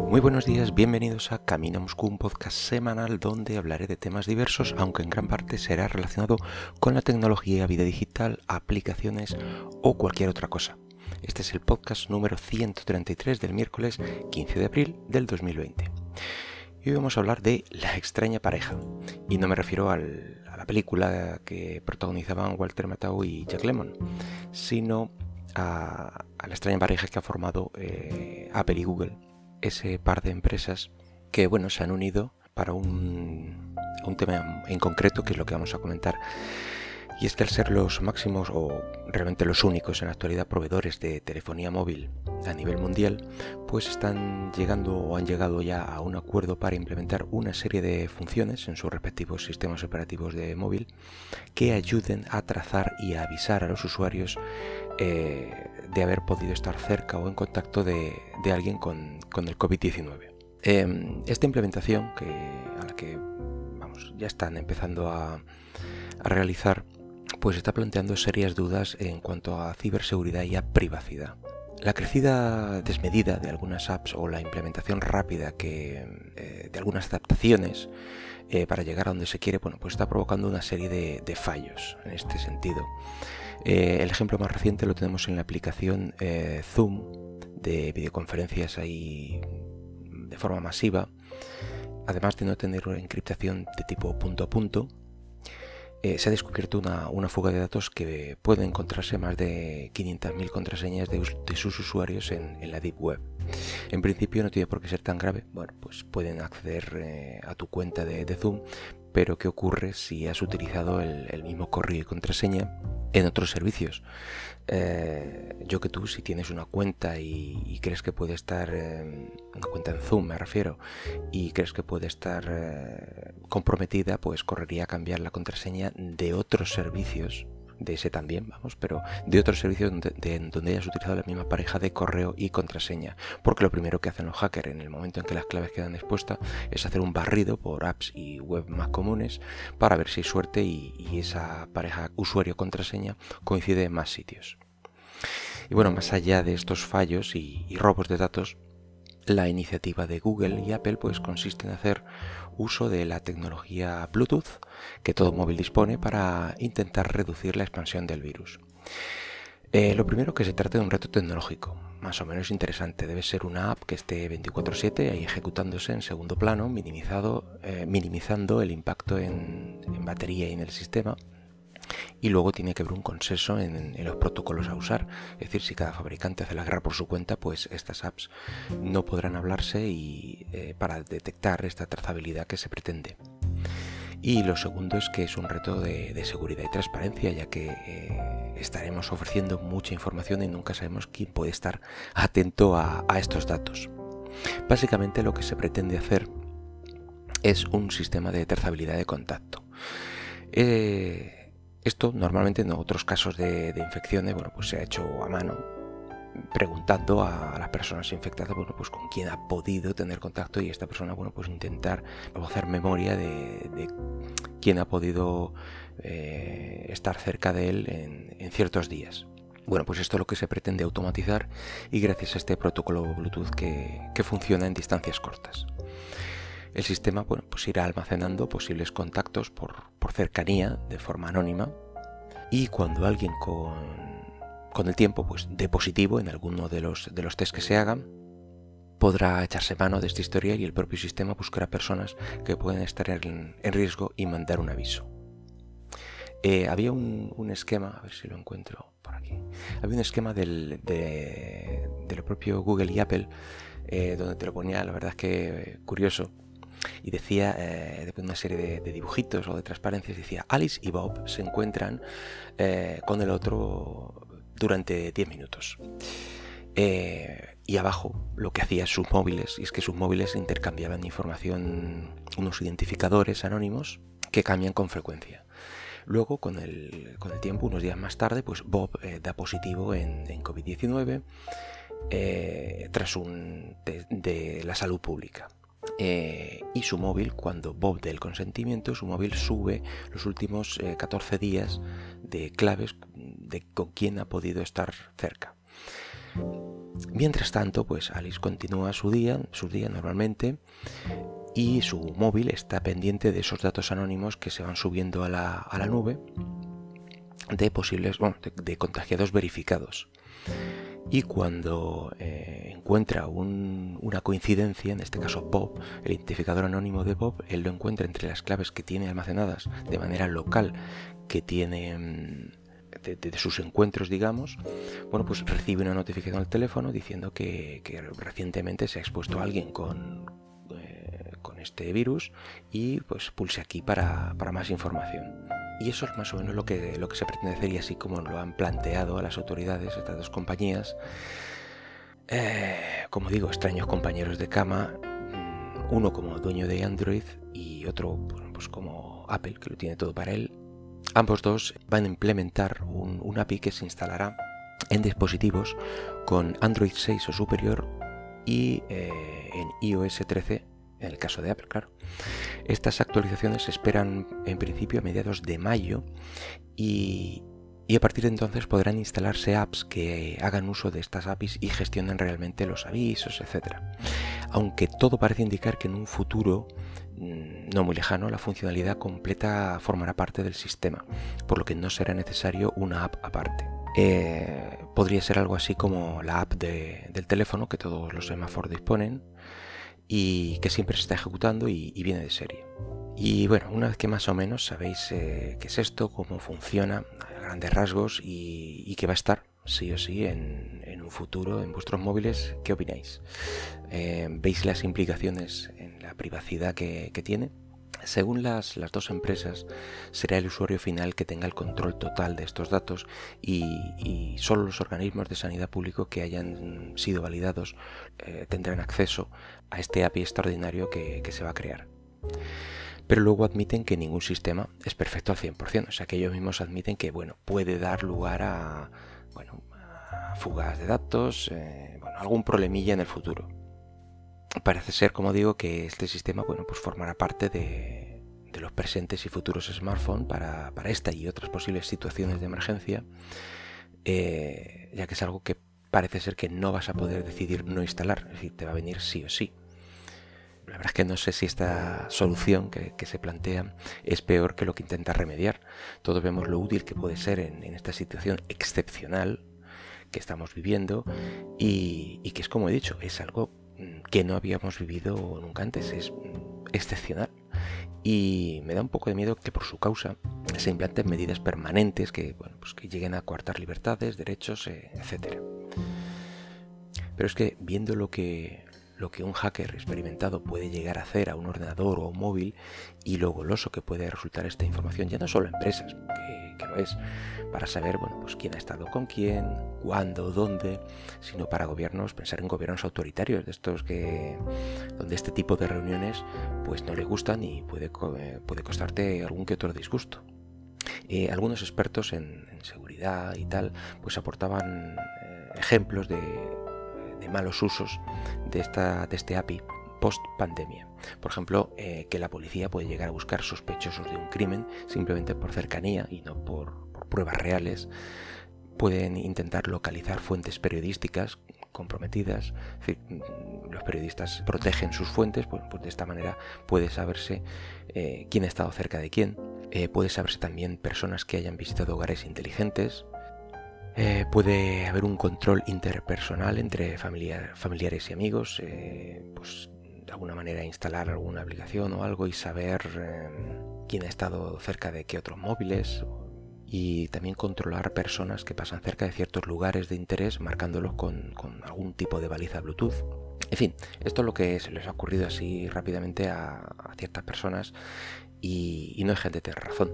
Muy buenos días, bienvenidos a Camino a Moscú, un podcast semanal donde hablaré de temas diversos, aunque en gran parte será relacionado con la tecnología, vida digital, aplicaciones o cualquier otra cosa. Este es el podcast número 133 del miércoles 15 de abril del 2020. Y hoy vamos a hablar de La extraña pareja. Y no me refiero a la película que protagonizaban Walter Matthau y Jack Lemmon, sino a la extraña pareja que ha formado Apple y Google. Ese par de empresas que, bueno, se han unido para un tema en concreto, que es lo que vamos a comentar. Y es que al ser los máximos o realmente los únicos en la actualidad proveedores de telefonía móvil a nivel mundial, pues están llegando o han llegado ya a un acuerdo para implementar una serie de funciones en sus respectivos sistemas operativos de móvil que ayuden a trazar y a avisar a los usuarios de haber podido estar cerca o en contacto de alguien con el COVID-19. Esta implementación, a la que ya están empezando a realizar, pues está planteando serias dudas en cuanto a ciberseguridad y a privacidad. La crecida desmedida de algunas apps o la implementación rápida de algunas adaptaciones para llegar a donde se quiere, pues está provocando una serie de fallos en este sentido. El ejemplo más reciente lo tenemos en la aplicación Zoom de videoconferencias ahí de forma masiva. Además de no tener una encriptación de tipo punto a punto, se ha descubierto una fuga de datos que puede encontrarse más de 500.000 contraseñas de sus usuarios en la Deep Web. En principio no tiene por qué ser tan grave. Bueno, pues pueden acceder a tu cuenta de Zoom, pero ¿qué ocurre si has utilizado el mismo correo y contraseña en otros servicios? Yo que tú, si tienes una cuenta y crees que puede estar, una cuenta en Zoom me refiero, y crees que puede estar comprometida, pues correría a cambiar la contraseña de otros servicios, de ese también, pero de otros servicios donde hayas utilizado la misma pareja de correo y contraseña, porque lo primero que hacen los hackers en el momento en que las claves quedan expuestas es hacer un barrido por apps y web más comunes para ver si hay suerte y esa pareja usuario-contraseña coincide en más sitios. Y bueno, más allá de estos fallos y robos de datos, la iniciativa de Google y Apple pues consiste en hacer uso de la tecnología Bluetooth que todo móvil dispone para intentar reducir la expansión del virus. Lo primero, que se trata de un reto tecnológico más o menos interesante. Debe ser una app que esté 24/7 ahí ejecutándose en segundo plano, minimizando el impacto en batería y en el sistema. Y luego tiene que haber un consenso en los protocolos a usar. Es decir, si cada fabricante hace la guerra por su cuenta, pues estas apps no podrán hablarse para detectar esta trazabilidad que se pretende. Y lo segundo es que es un reto de seguridad y transparencia, ya que estaremos ofreciendo mucha información y nunca sabemos quién puede estar atento a estos datos. Básicamente lo que se pretende hacer es un sistema de trazabilidad de contacto. Esto normalmente en otros casos de infecciones, pues se ha hecho a mano, preguntando a las personas infectadas, pues con quién ha podido tener contacto, y esta persona, pues intentar hacer memoria de quién ha podido estar cerca de él en ciertos días. Bueno, pues esto es lo que se pretende automatizar, y gracias a este protocolo Bluetooth que funciona en distancias cortas. El sistema pues irá almacenando posibles contactos por cercanía de forma anónima, y cuando alguien con el tiempo pues dé positivo en alguno de los test que se hagan, podrá echarse mano de este historial y el propio sistema buscará personas que pueden estar en riesgo y mandar un aviso. Había un esquema, a ver si lo encuentro por aquí. Había un esquema de lo propio Google y Apple, donde te lo ponía, la verdad es que curioso. Y decía, después de una serie de dibujitos o de transparencias, decía: Alice y Bob se encuentran con el otro durante 10 minutos. Y abajo lo que hacía sus móviles, y es que sus móviles intercambiaban información, unos identificadores anónimos que cambian con frecuencia. Luego, con el tiempo, unos días más tarde, pues Bob da positivo en COVID-19 tras un test de la salud pública. Y su móvil, cuando Bob dé el consentimiento, su móvil sube los últimos 14 días de claves de con quién ha podido estar cerca. Mientras tanto, pues Alice continúa su día normalmente, y su móvil está pendiente de esos datos anónimos que se van subiendo a la nube de posibles, de contagiados verificados. Y cuando encuentra una coincidencia, en este caso Bob, el identificador anónimo de Bob, él lo encuentra entre las claves que tiene almacenadas de manera local, que tiene de sus encuentros, digamos. Bueno, pues recibe una notificación al teléfono diciendo que recientemente se ha expuesto a alguien con este virus, y pues pulse aquí para más información. Y eso es más o menos lo que se pretende hacer, y así como lo han planteado a las autoridades, estas dos compañías. Como digo, extraños compañeros de cama, uno como dueño de Android y otro pues como Apple, que lo tiene todo para él. Ambos dos van a implementar un API que se instalará en dispositivos con Android 6 o superior y en iOS 13, en el caso de Apple, claro. Estas actualizaciones se esperan en principio a mediados de mayo, y a partir de entonces podrán instalarse apps que hagan uso de estas APIs y gestionen realmente los avisos, etc. Aunque todo parece indicar que en un futuro no muy lejano la funcionalidad completa formará parte del sistema, por lo que no será necesario una app aparte. Podría ser algo así como la app del teléfono que todos los semáforos disponen y que siempre se está ejecutando y viene de serie. Y bueno, una vez que más o menos sabéis qué es esto, cómo funciona a grandes rasgos y que va a estar sí o sí en un futuro en vuestros móviles, ¿qué opináis? ¿Veis las implicaciones en la privacidad que tiene? Según las dos empresas, será el usuario final que tenga el control total de estos datos, y solo los organismos de sanidad pública que hayan sido validados tendrán acceso a este API extraordinario que se va a crear. Pero luego admiten que ningún sistema es perfecto al 100%, o sea que ellos mismos admiten que puede dar lugar a fugas de datos, algún problemilla en el futuro. Parece ser, como digo, que este sistema pues formará parte de los presentes y futuros smartphones para esta y otras posibles situaciones de emergencia, ya que es algo que parece ser que no vas a poder decidir no instalar, es decir, te va a venir sí o sí. La verdad es que no sé si esta solución que se plantea es peor que lo que intenta remediar. Todos vemos lo útil que puede ser en esta situación excepcional que estamos viviendo, y que es, como he dicho, es algo que no habíamos vivido nunca antes, es excepcional. Y me da un poco de miedo que por su causa se implanten medidas permanentes que lleguen a coartar libertades, derechos, etc. Pero es que viendo lo que un hacker experimentado puede llegar a hacer a un ordenador o a un móvil, y lo goloso que puede resultar esta información, ya no solo a empresas, que lo es, para saber quién ha estado con quién, cuándo, dónde, sino para gobiernos, pensar en gobiernos autoritarios, de estos donde este tipo de reuniones no le gustan y puede costarte algún que otro disgusto. Algunos expertos en seguridad y tal aportaban ejemplos de malos usos de este API post pandemia. Por ejemplo, que la policía puede llegar a buscar sospechosos de un crimen simplemente por cercanía y no por pruebas reales. Pueden intentar localizar fuentes periodísticas comprometidas. Es decir, los periodistas protegen sus fuentes, pues de esta manera puede saberse quién ha estado cerca de quién. Puede saberse también personas que hayan visitado hogares inteligentes. Puede haber un control interpersonal entre familiares y amigos, de alguna manera instalar alguna aplicación o algo y saber quién ha estado cerca de qué otros móviles, y también controlar personas que pasan cerca de ciertos lugares de interés marcándolos con algún tipo de baliza Bluetooth. En fin, esto es lo que se les ha ocurrido así rápidamente a ciertas personas, y no dejan de tener razón.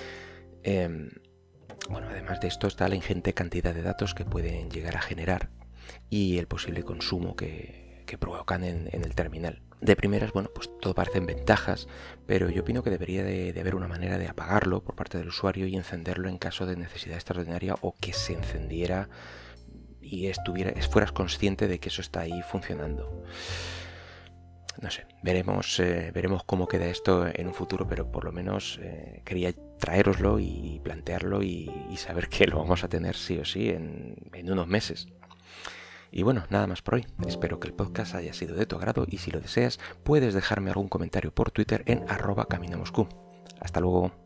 Además de esto está la ingente cantidad de datos que pueden llegar a generar y el posible consumo que provocan en el terminal. De primeras, todo parecen ventajas, pero yo opino que debería de haber una manera de apagarlo por parte del usuario y encenderlo en caso de necesidad extraordinaria, o que se encendiera y fueras consciente de que eso está ahí funcionando. No sé, veremos cómo queda esto en un futuro, pero por lo menos quería traéroslo y plantearlo y saber que lo vamos a tener sí o sí en unos meses. Y bueno, nada más por hoy. Espero que el podcast haya sido de tu agrado y si lo deseas, puedes dejarme algún comentario por Twitter en @caminamoscu. Hasta luego.